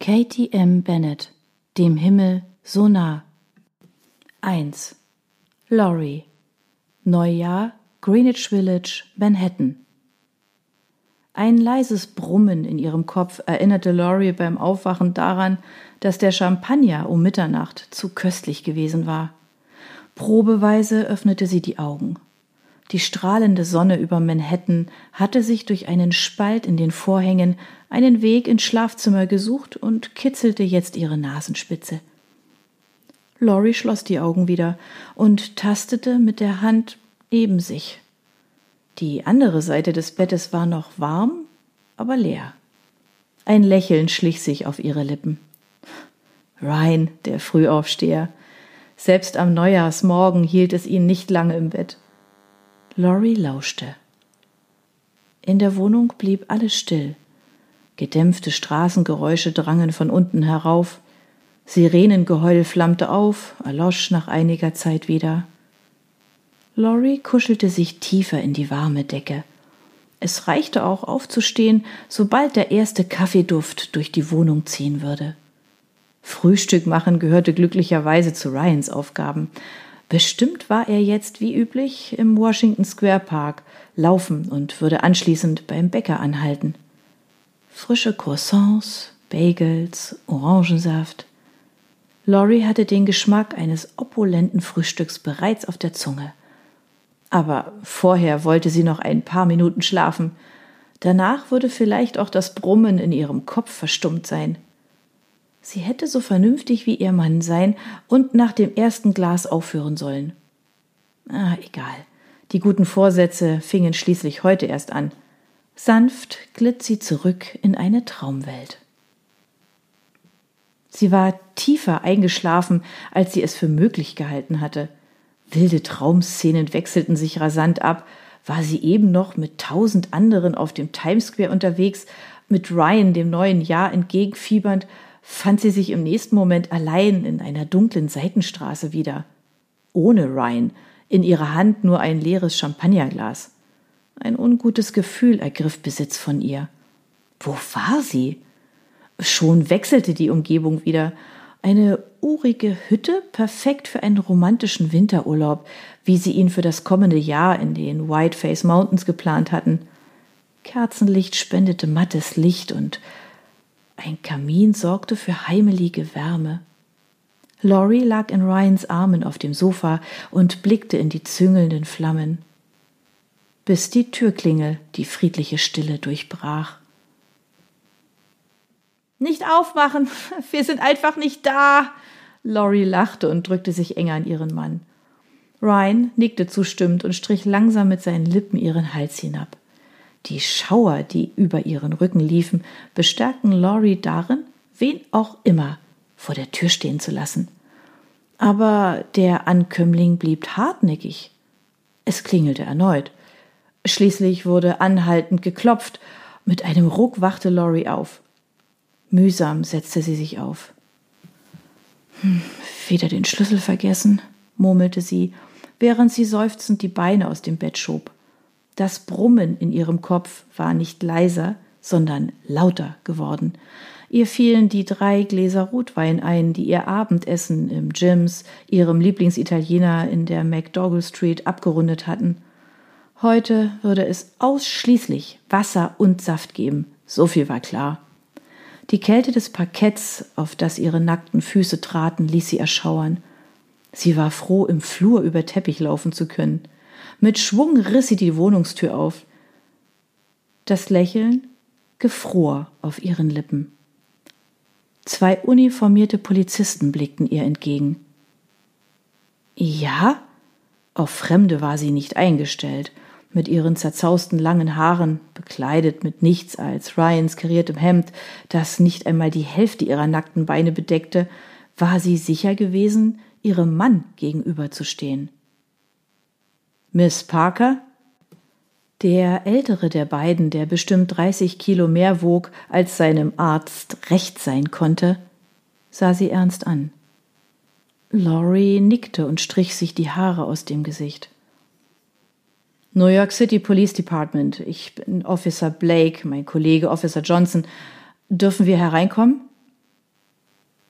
Katie M. Bennett, dem Himmel so nah. 1. Laurie, Neujahr, Greenwich Village, Manhattan. Ein leises Brummen in ihrem Kopf erinnerte Laurie beim Aufwachen daran, dass der Champagner um Mitternacht zu köstlich gewesen war. Probeweise öffnete sie die Augen. Die strahlende Sonne über Manhattan hatte sich durch einen Spalt in den Vorhängen einen Weg ins Schlafzimmer gesucht und kitzelte jetzt ihre Nasenspitze. Laurie schloss die Augen wieder und tastete mit der Hand neben sich. Die andere Seite des Bettes war noch warm, aber leer. Ein Lächeln schlich sich auf ihre Lippen. Ryan, der Frühaufsteher. Selbst am Neujahrsmorgen hielt es ihn nicht lange im Bett. Laurie lauschte. In der Wohnung blieb alles still. Gedämpfte Straßengeräusche drangen von unten herauf. Sirenengeheul flammte auf, erlosch nach einiger Zeit wieder. Laurie kuschelte sich tiefer in die warme Decke. Es reichte auch aufzustehen, sobald der erste Kaffeeduft durch die Wohnung ziehen würde. Frühstück machen gehörte glücklicherweise zu Ryans Aufgaben. Bestimmt war er jetzt wie üblich im Washington Square Park laufen und würde anschließend beim Bäcker anhalten. Frische Croissants, Bagels, Orangensaft. Laurie hatte den Geschmack eines opulenten Frühstücks bereits auf der Zunge. Aber vorher wollte sie noch ein paar Minuten schlafen. Danach würde vielleicht auch das Brummen in ihrem Kopf verstummt sein. Sie hätte so vernünftig wie ihr Mann sein und nach dem ersten Glas aufhören sollen. Egal. Die guten Vorsätze fingen schließlich heute erst an. Sanft glitt sie zurück in eine Traumwelt. Sie war tiefer eingeschlafen, als sie es für möglich gehalten hatte. Wilde Traumszenen wechselten sich rasant ab. War sie eben noch mit 1000 anderen auf dem Times Square unterwegs, mit Ryan dem neuen Jahr entgegenfiebernd, fand sie sich im nächsten Moment allein in einer dunklen Seitenstraße wieder. Ohne Ryan, in ihrer Hand nur ein leeres Champagnerglas. Ein ungutes Gefühl ergriff Besitz von ihr. Wo war sie? Schon wechselte die Umgebung wieder. Eine urige Hütte, perfekt für einen romantischen Winterurlaub, wie sie ihn für das kommende Jahr in den Whiteface Mountains geplant hatten. Kerzenlicht spendete mattes Licht und ein Kamin sorgte für heimelige Wärme. Laurie lag in Ryans Armen auf dem Sofa und blickte in die züngelnden Flammen, bis die Türklingel die friedliche Stille durchbrach. »Nicht aufmachen, wir sind einfach nicht da!« Laurie lachte und drückte sich enger an ihren Mann. Ryan nickte zustimmend und strich langsam mit seinen Lippen ihren Hals hinab. Die Schauer, die über ihren Rücken liefen, bestärkten Laurie darin, wen auch immer vor der Tür stehen zu lassen. Aber der Ankömmling blieb hartnäckig. Es klingelte erneut. Schließlich wurde anhaltend geklopft. Mit einem Ruck wachte Laurie auf. Mühsam setzte sie sich auf. »Wieder den Schlüssel vergessen«, murmelte sie, während sie seufzend die Beine aus dem Bett schob. Das Brummen in ihrem Kopf war nicht leiser, sondern lauter geworden. Ihr fielen die 3 Gläser Rotwein ein, die ihr Abendessen im Jim's, ihrem Lieblingsitaliener in der McDougal Street, abgerundet hatten. Heute würde es ausschließlich Wasser und Saft geben, so viel war klar. Die Kälte des Parketts, auf das ihre nackten Füße traten, ließ sie erschauern. Sie war froh, im Flur über Teppich laufen zu können. Mit Schwung riss sie die Wohnungstür auf. Das Lächeln gefror auf ihren Lippen. 2 uniformierte Polizisten blickten ihr entgegen. Ja? Auf Fremde war sie nicht eingestellt. Mit ihren zerzausten langen Haaren, bekleidet mit nichts als Ryans kariertem Hemd, das nicht einmal die Hälfte ihrer nackten Beine bedeckte, war sie sicher gewesen, ihrem Mann gegenüberzustehen. »Miss Parker?« Der ältere der beiden, der bestimmt 30 Kilo mehr wog, als seinem Arzt recht sein konnte, sah sie ernst an. Laurie nickte und strich sich die Haare aus dem Gesicht. »New York City Police Department. Ich bin Officer Blake, mein Kollege Officer Johnson. Dürfen wir hereinkommen?«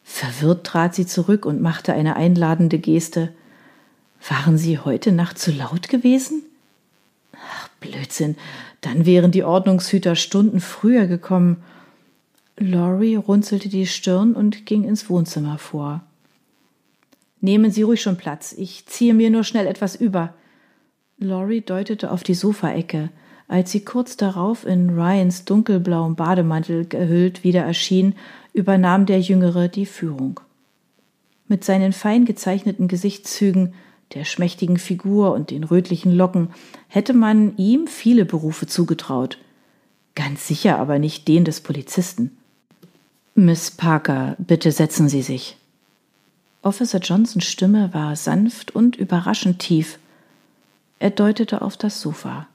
Verwirrt trat sie zurück und machte eine einladende Geste. »Waren Sie heute Nacht zu laut gewesen?« »Ach, Blödsinn, dann wären die Ordnungshüter Stunden früher gekommen.« Laurie runzelte die Stirn und ging ins Wohnzimmer vor. »Nehmen Sie ruhig schon Platz, ich ziehe mir nur schnell etwas über.« Laurie deutete auf die Sofaecke. Als sie kurz darauf in Ryans dunkelblauem Bademantel gehüllt wieder erschien, übernahm der Jüngere die Führung. Mit seinen fein gezeichneten Gesichtszügen, der schmächtigen Figur und den rötlichen Locken hätte man ihm viele Berufe zugetraut. Ganz sicher aber nicht den des Polizisten. »Miss Parker, bitte setzen Sie sich.« Officer Johnsons Stimme war sanft und überraschend tief. Er deutete auf das Sofa.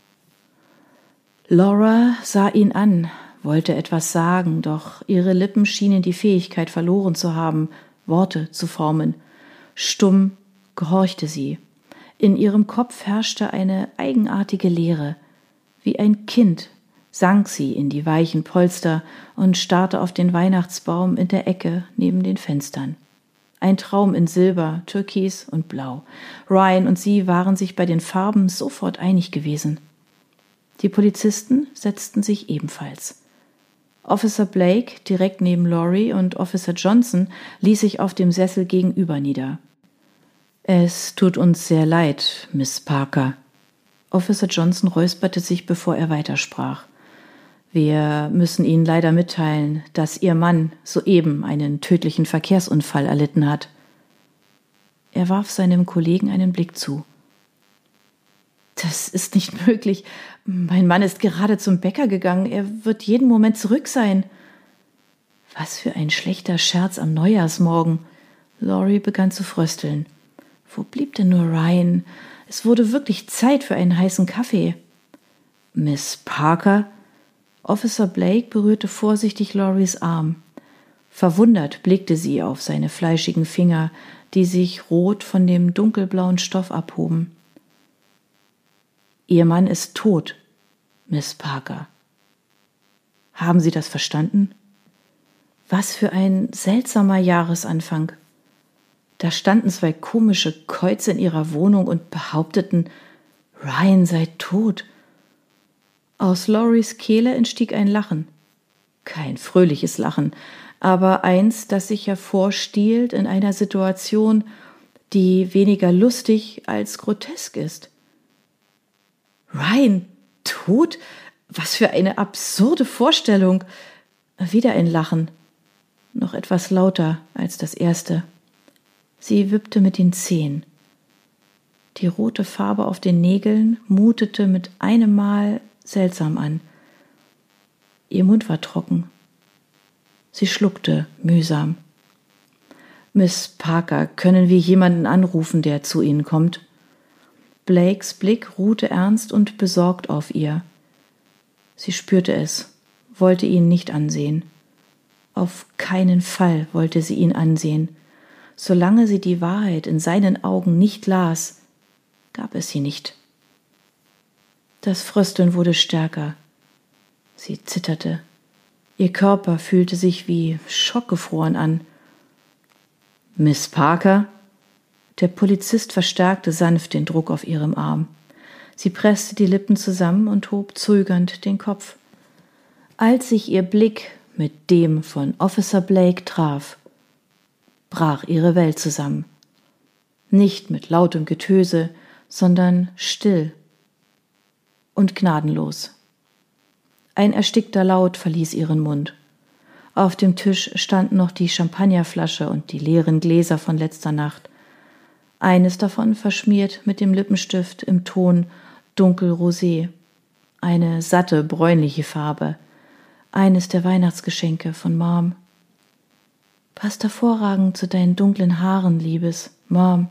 Laura sah ihn an, wollte etwas sagen, doch ihre Lippen schienen die Fähigkeit verloren zu haben, Worte zu formen. Stumm gehorchte sie. In ihrem Kopf herrschte eine eigenartige Leere. Wie ein Kind sank sie in die weichen Polster und starrte auf den Weihnachtsbaum in der Ecke neben den Fenstern. Ein Traum in Silber, Türkis und Blau. Ryan und sie waren sich bei den Farben sofort einig gewesen. Die Polizisten setzten sich ebenfalls. Officer Blake direkt neben Laurie und Officer Johnson ließ sich auf dem Sessel gegenüber nieder. »Es tut uns sehr leid, Miss Parker.« Officer Johnson räusperte sich, bevor er weitersprach. »Wir müssen Ihnen leider mitteilen, dass Ihr Mann soeben einen tödlichen Verkehrsunfall erlitten hat.« Er warf seinem Kollegen einen Blick zu. »Das ist nicht möglich. Mein Mann ist gerade zum Bäcker gegangen. Er wird jeden Moment zurück sein.« Was für ein schlechter Scherz am Neujahrsmorgen. Laurie begann zu frösteln. Wo blieb denn nur Ryan? Es wurde wirklich Zeit für einen heißen Kaffee. »Miss Parker?« Officer Blake berührte vorsichtig Lauries Arm. Verwundert blickte sie auf seine fleischigen Finger, die sich rot von dem dunkelblauen Stoff abhoben. »Ihr Mann ist tot, Miss Parker.« »Haben Sie das verstanden?« Was für ein seltsamer Jahresanfang. Da standen zwei komische Käuze in ihrer Wohnung und behaupteten, Ryan sei tot. Aus Lauries Kehle entstieg ein Lachen. Kein fröhliches Lachen, aber eins, das sich hervorstiehlt in einer Situation, die weniger lustig als grotesk ist. Ryan tot? Was für eine absurde Vorstellung. Wieder ein Lachen, noch etwas lauter als das erste. Sie wippte mit den Zehen. Die rote Farbe auf den Nägeln mutete mit einem Mal seltsam an. Ihr Mund war trocken. Sie schluckte mühsam. »Miss Parker, können wir jemanden anrufen, der zu Ihnen kommt?« Blakes Blick ruhte ernst und besorgt auf ihr. Sie spürte es, wollte ihn nicht ansehen. Auf keinen Fall wollte sie ihn ansehen. Solange sie die Wahrheit in seinen Augen nicht las, gab es sie nicht. Das Frösteln wurde stärker. Sie zitterte. Ihr Körper fühlte sich wie schockgefroren an. »Miss Parker?« Der Polizist verstärkte sanft den Druck auf ihrem Arm. Sie presste die Lippen zusammen und hob zögernd den Kopf. Als sich ihr Blick mit dem von Officer Blake traf, brach ihre Welt zusammen. Nicht mit lautem Getöse, sondern still und gnadenlos. Ein erstickter Laut verließ ihren Mund. Auf dem Tisch standen noch die Champagnerflasche und die leeren Gläser von letzter Nacht. Eines davon verschmiert mit dem Lippenstift im Ton dunkelrosé. Eine satte, bräunliche Farbe. Eines der Weihnachtsgeschenke von Mom. »Passt hervorragend zu deinen dunklen Haaren, Liebes, Mom.«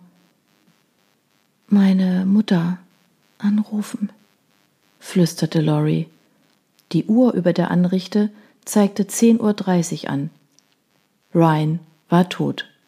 »Meine Mutter anrufen«, flüsterte Laurie. Die Uhr über der Anrichte zeigte 10:30 Uhr an. Ryan war tot.